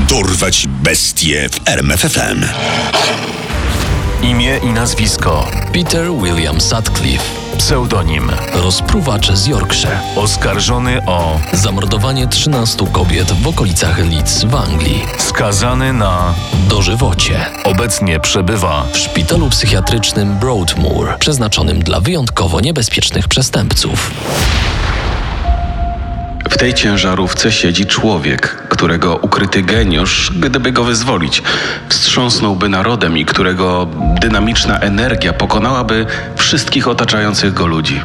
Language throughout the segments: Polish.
Dorwać bestie w RMF FM. Imię i nazwisko: Peter William Sutcliffe. pseudonim, Rozpruwacz z Yorkshire. oskarżony o Zamordowanie 13 kobiet w okolicach Leeds w Anglii. skazany na Dożywocie. obecnie przebywa W szpitalu psychiatrycznym Broadmoor, przeznaczonym dla wyjątkowo niebezpiecznych przestępców. W tej ciężarówce siedzi człowiek, którego ukryty geniusz, gdyby go wyzwolić, wstrząsnąłby narodem i którego dynamiczna energia pokonałaby wszystkich otaczających go ludzi.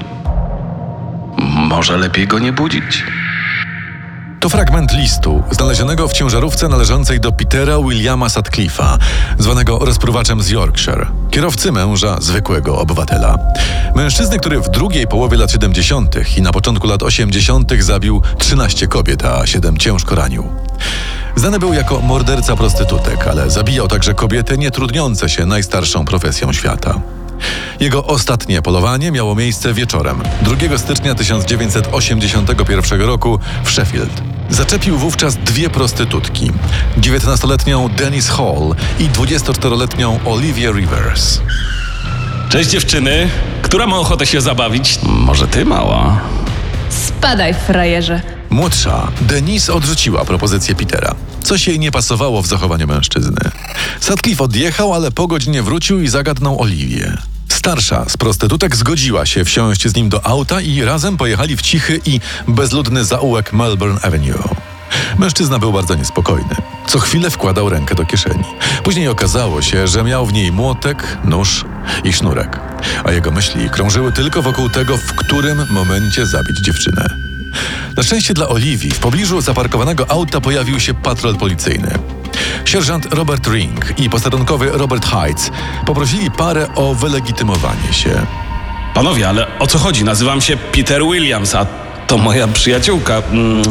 Może lepiej go nie budzić? To fragment listu znalezionego w ciężarówce należącej do Petera Williama Sutcliffe'a, zwanego rozpruwaczem z Yorkshire, kierowcy męża zwykłego obywatela. Mężczyzny, który w drugiej połowie lat 70. i na początku lat 80. zabił 13 kobiet, a 7 ciężko ranił. Znany był jako morderca prostytutek, ale zabijał także kobiety nie trudniące się najstarszą profesją świata. Jego ostatnie polowanie miało miejsce wieczorem 2 stycznia 1981 roku w Sheffield. Zaczepił wówczas 2 prostytutki, 19-letnią Denise Hall i 24-letnią Olivia Rivers. Cześć dziewczyny, która ma ochotę się zabawić? Może ty, mała? Spadaj, frajerze. Młodsza, Denise odrzuciła propozycję Petera. Coś jej nie pasowało w zachowaniu mężczyzny. Sutcliffe odjechał, ale po godzinie wrócił i zagadnął Oliwię. Starsza z prostytutek zgodziła się wsiąść z nim do auta i razem pojechali w cichy i bezludny zaułek Melbourne Avenue. Mężczyzna był bardzo niespokojny. Co chwilę wkładał rękę do kieszeni. Później okazało się, że miał w niej młotek, nóż i sznurek. A jego myśli krążyły tylko wokół tego, w którym momencie zabić dziewczynę. Na szczęście dla Oliwii w pobliżu zaparkowanego auta pojawił się patrol policyjny. Sierżant Robert Ring i posterunkowy Robert Heights poprosili parę o wylegitymowanie się. Panowie, ale o co chodzi? Nazywam się Peter Williams, a to moja przyjaciółka.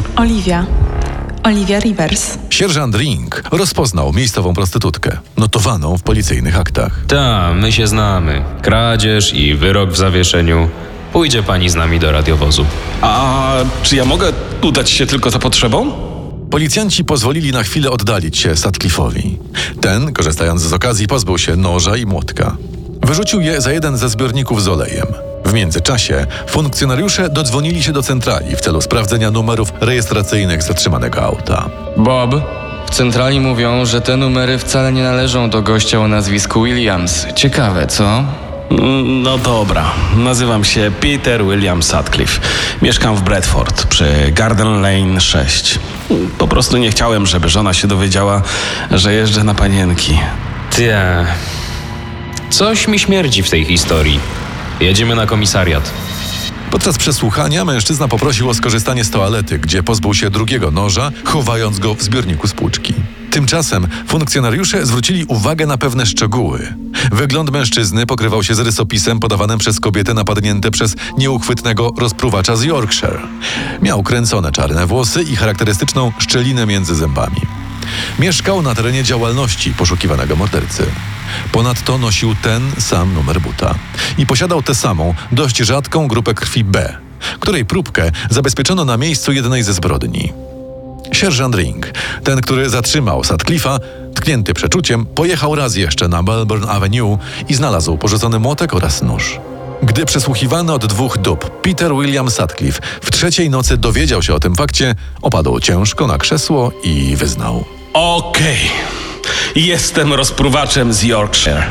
Olivia Rivers. Sierżant Ring rozpoznał miejscową prostytutkę, notowaną w policyjnych aktach. Ta, my się znamy. Kradzież i wyrok w zawieszeniu. Pójdzie pani z nami do radiowozu. A czy ja mogę udać się tylko za potrzebą? Policjanci pozwolili na chwilę oddalić się Sutcliffe'owi. Ten, korzystając z okazji, pozbył się noża i młotka. Wyrzucił je za jeden ze zbiorników z olejem. W międzyczasie funkcjonariusze dodzwonili się do centrali w celu sprawdzenia numerów rejestracyjnych zatrzymanego auta. Bob, w centrali mówią, że te numery wcale nie należą do gościa o nazwisku Williams. Ciekawe, co? No dobra, nazywam się Peter William Sutcliffe. Mieszkam w Bradford przy Garden Lane 6. Po prostu nie chciałem, żeby żona się dowiedziała, że jeżdżę na panienki. Tie. Coś mi śmierdzi w tej historii. Jedziemy na komisariat. Podczas przesłuchania mężczyzna poprosił o skorzystanie z toalety, gdzie pozbył się drugiego noża, chowając go w zbiorniku z płuczki. Tymczasem funkcjonariusze zwrócili uwagę na pewne szczegóły. Wygląd mężczyzny pokrywał się z rysopisem podawanym przez kobietę napadnięte przez nieuchwytnego rozpruwacza z Yorkshire. Miał kręcone czarne włosy i charakterystyczną szczelinę między zębami. Mieszkał na terenie działalności poszukiwanego mordercy. Ponadto nosił ten sam numer buta i posiadał tę samą, dość rzadką grupę krwi B, której próbkę zabezpieczono na miejscu jednej ze zbrodni. Sierżant Ring, ten, który zatrzymał Sutcliffe'a, tknięty przeczuciem, pojechał raz jeszcze na Melbourne Avenue i znalazł porzucony młotek oraz nóż. Gdy przesłuchiwany od 2 dób Peter William Sutcliffe w 3 nocy dowiedział się o tym fakcie, opadł ciężko na krzesło i wyznał: Okej. Jestem rozpruwaczem z Yorkshire.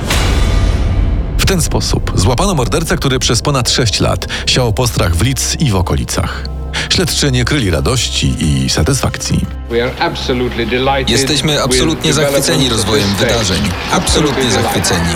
W ten sposób złapano mordercę, który przez ponad 6 lat siał postrach w Leeds i w okolicach. Śledczy nie kryli radości i satysfakcji. Jesteśmy absolutnie zachwyceni rozwojem wydarzeń. Absolutnie zachwyceni.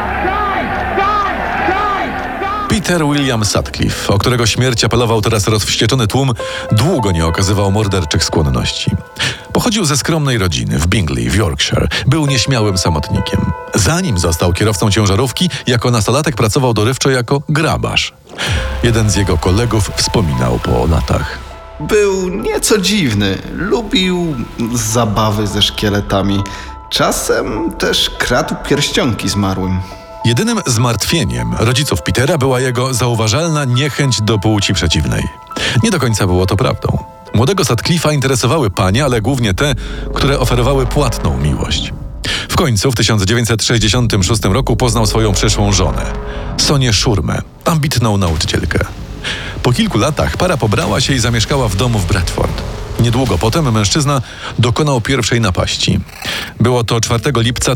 Peter William Sutcliffe, o którego śmierć apelował teraz rozwścieczony tłum, długo nie okazywał morderczych skłonności. Pochodził ze skromnej rodziny w Bingley w Yorkshire. Był nieśmiałym samotnikiem. Zanim został kierowcą ciężarówki, jako nastolatek pracował dorywczo jako grabarz. Jeden z jego kolegów wspominał po latach. Był nieco dziwny. Lubił zabawy ze szkieletami. Czasem też kradł pierścionki zmarłym. Jedynym zmartwieniem rodziców Petera była jego zauważalna niechęć do płci przeciwnej. Nie do końca było to prawdą. Młodego Sutcliffe'a interesowały panie, ale głównie te, które oferowały płatną miłość. W końcu w 1966 roku poznał swoją przyszłą żonę, Sonię Szurmę, ambitną nauczycielkę. Po kilku latach para pobrała się i zamieszkała w domu w Bradford. Niedługo potem mężczyzna dokonał pierwszej napaści. Było to 4 lipca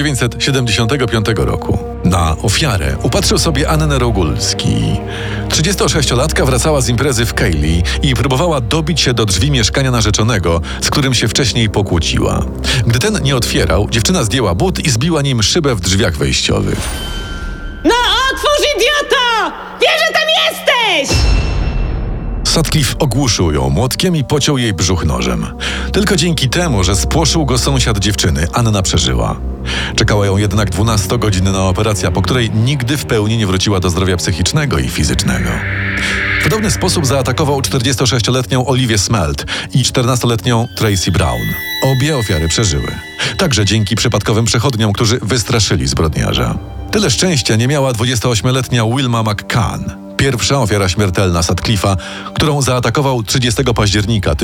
1975 roku. Na ofiarę upatrzył sobie Annę Rogulski. 36-latka wracała z imprezy w Keighley i próbowała dobić się do drzwi mieszkania narzeczonego, z którym się wcześniej pokłóciła. Gdy ten nie otwierał, dziewczyna zdjęła but i zbiła nim szybę w drzwiach wejściowych. No otwórz, idiota! Wiesz, że tam jesteś! Sutcliffe ogłuszył ją młotkiem i pociął jej brzuch nożem. Tylko dzięki temu, że spłoszył go sąsiad dziewczyny, Anna przeżyła. Czekała ją jednak 12-godzinna operacja, po której nigdy w pełni nie wróciła do zdrowia psychicznego i fizycznego. W podobny sposób zaatakował 46-letnią Olivię Smelt i 14-letnią Tracy Brown. Obie ofiary przeżyły. Także dzięki przypadkowym przechodniom, którzy wystraszyli zbrodniarza. Tyle szczęścia nie miała 28-letnia Wilma McCann. Pierwsza ofiara śmiertelna Sutcliffe'a, którą zaatakował 30 października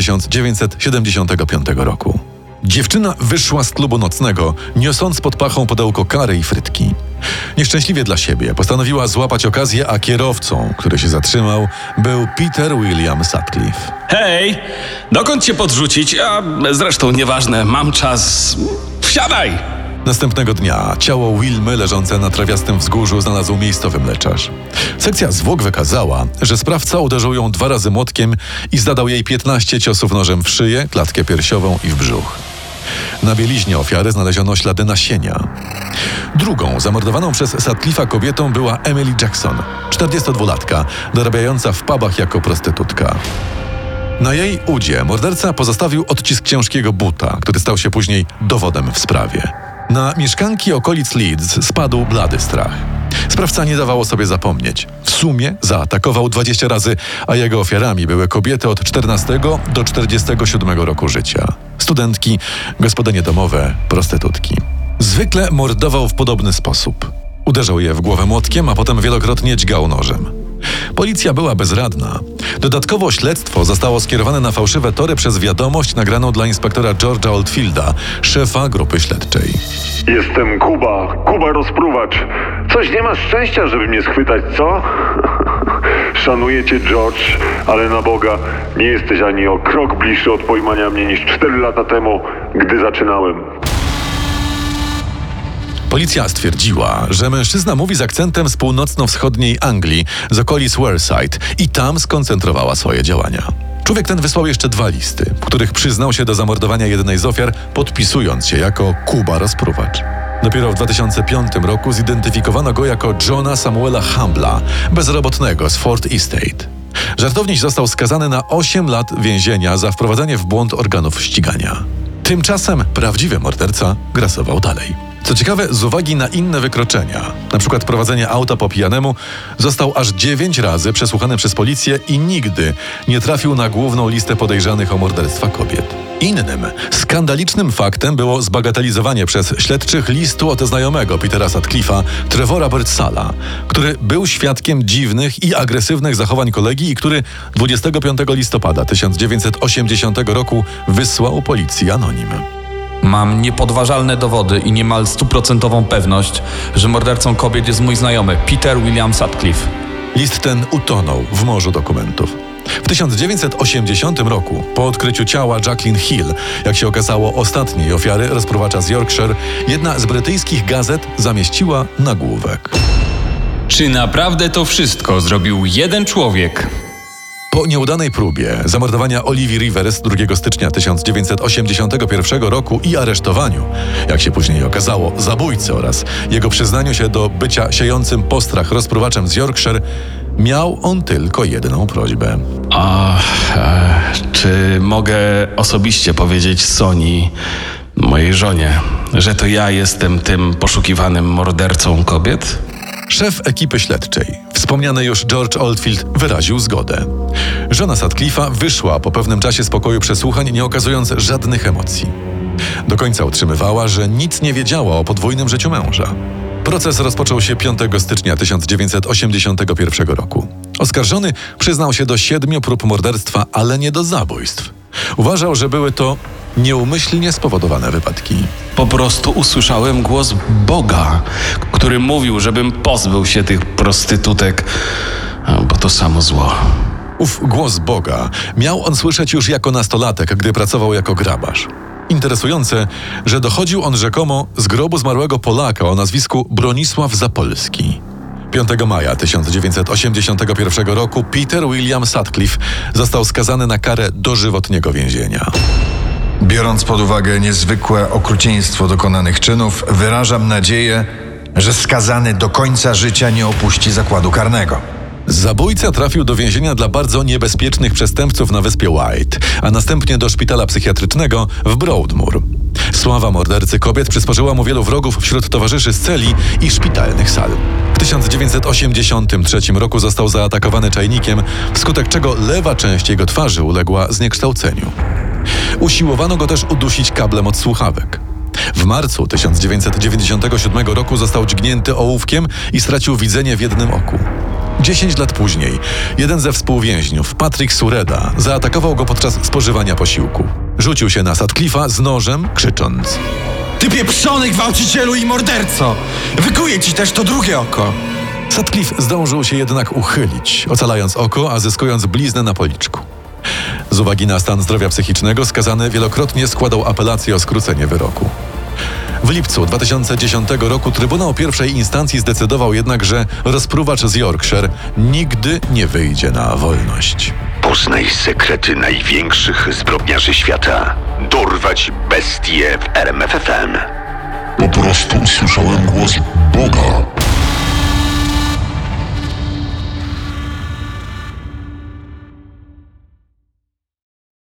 1975 roku. Dziewczyna wyszła z klubu nocnego, niosąc pod pachą pudełko kary i frytki. Nieszczęśliwie dla siebie postanowiła złapać okazję, a kierowcą, który się zatrzymał, był Peter William Sutcliffe. Hej, dokąd cię podrzucić? A zresztą nieważne, mam czas. Wsiadaj! Następnego dnia ciało Wilmy leżące na trawiastym wzgórzu znalazł miejscowy mleczarz. Sekcja zwłok wykazała, że sprawca uderzył ją 2 razy młotkiem i zadał jej 15 ciosów nożem w szyję, klatkę piersiową i w brzuch. Na bieliźnie ofiary znaleziono ślady nasienia. Drugą zamordowaną przez Sutcliffe'a kobietą była Emily Jackson, 42-latka, dorabiająca w pubach jako prostytutka. Na jej udzie morderca pozostawił odcisk ciężkiego buta, który stał się później dowodem w sprawie. Na mieszkanki okolic Leeds spadł blady strach. Sprawca nie dawało sobie zapomnieć. W sumie zaatakował 20 razy, a jego ofiarami były kobiety od 14 do 47 roku życia. Studentki, gospodynie domowe, prostytutki. Zwykle mordował w podobny sposób. Uderzał je w głowę młotkiem, a potem wielokrotnie dźgał nożem. Policja była bezradna. Dodatkowo śledztwo zostało skierowane na fałszywe tory przez wiadomość nagraną dla inspektora George'a Oldfielda, szefa grupy śledczej. Jestem Kuba rozpruwacz. Coś nie masz szczęścia, żeby mnie schwytać, co? Szanuję cię, George, ale na Boga, nie jesteś ani o krok bliższy od pojmania mnie niż 4 lata temu, gdy zaczynałem. Policja stwierdziła, że mężczyzna mówi z akcentem z północno-wschodniej Anglii, z okolic Wearside i tam skoncentrowała swoje działania. Człowiek ten wysłał jeszcze 2 listy, w których przyznał się do zamordowania jednej z ofiar, podpisując się jako Kuba rozpruwacz. Dopiero w 2005 roku zidentyfikowano go jako Johna Samuela Humbla, bezrobotnego z Fort Estate. Żartowniś został skazany na 8 lat więzienia za wprowadzanie w błąd organów ścigania. Tymczasem prawdziwy morderca grasował dalej. Co ciekawe, z uwagi na inne wykroczenia, np. prowadzenie auta po pijanemu, został aż 9 razy przesłuchany przez policję i nigdy nie trafił na główną listę podejrzanych o morderstwa kobiet. Innym, skandalicznym faktem było zbagatelizowanie przez śledczych listu od znajomego Petera Sutcliffe'a, Trevora Birdsalla, który był świadkiem dziwnych i agresywnych zachowań kolegi i który 25 listopada 1980 roku wysłał policji anonim. Mam niepodważalne dowody i niemal 100% pewność, że mordercą kobiet jest mój znajomy, Peter William Sutcliffe. List ten utonął w morzu dokumentów. W 1980 roku, po odkryciu ciała Jacqueline Hill, jak się okazało ostatniej ofiary rozpruwacza z Yorkshire, jedna z brytyjskich gazet zamieściła nagłówek. Czy naprawdę to wszystko zrobił jeden człowiek? Po nieudanej próbie zamordowania Olivii Rivers 2 stycznia 1981 roku i aresztowaniu, jak się później okazało, zabójcy oraz jego przyznaniu się do bycia siejącym postrach rozpruwaczem z Yorkshire, miał on tylko jedną prośbę. Czy mogę osobiście powiedzieć Soni, mojej żonie, że to ja jestem tym poszukiwanym mordercą kobiet? Szef ekipy śledczej, wspomniany już George Oldfield, wyraził zgodę. Żona Sutcliffe'a wyszła po pewnym czasie z pokoju przesłuchań, nie okazując żadnych emocji. Do końca utrzymywała, że nic nie wiedziała o podwójnym życiu męża. Proces rozpoczął się 5 stycznia 1981 roku. Oskarżony przyznał się do 7 prób morderstwa, ale nie do zabójstw. Uważał, że były to nieumyślnie spowodowane wypadki. Po prostu usłyszałem głos Boga, który mówił, żebym pozbył się tych prostytutek, bo to samo zło. Ów głos Boga miał on słyszeć już jako nastolatek, gdy pracował jako grabarz. Interesujące, że dochodził on rzekomo z grobu zmarłego Polaka o nazwisku Bronisław Zapolski. 5 maja 1981 roku Peter William Sutcliffe został skazany na karę dożywotniego więzienia. Biorąc pod uwagę niezwykłe okrucieństwo dokonanych czynów, wyrażam nadzieję, że skazany do końca życia nie opuści zakładu karnego. Zabójca trafił do więzienia dla bardzo niebezpiecznych przestępców na wyspie White, a następnie do szpitala psychiatrycznego w Broadmoor. Sława mordercy kobiet przysporzyła mu wielu wrogów wśród towarzyszy z celi i szpitalnych sal. W 1983 roku został zaatakowany czajnikiem, wskutek czego lewa część jego twarzy uległa zniekształceniu. Usiłowano go też udusić kablem od słuchawek. W marcu 1997 roku został dźgnięty ołówkiem i stracił widzenie w jednym oku. 10 lat później jeden ze współwięźniów, Patrick Sureda, zaatakował go podczas spożywania posiłku. Rzucił się na Sutcliffe'a z nożem, krzycząc: Ty pieprzony gwałcicielu i morderco! Wykuję ci też to drugie oko! Sutcliffe zdążył się jednak uchylić, ocalając oko, a zyskując bliznę na policzku. Z uwagi na stan zdrowia psychicznego skazany wielokrotnie składał apelację o skrócenie wyroku. W lipcu 2010 roku Trybunał Pierwszej Instancji zdecydował jednak, że rozpruwacz z Yorkshire nigdy nie wyjdzie na wolność. Poznaj sekrety największych zbrodniarzy świata. Dorwać bestie w RMF FM. Po prostu usłyszałem głos Boga.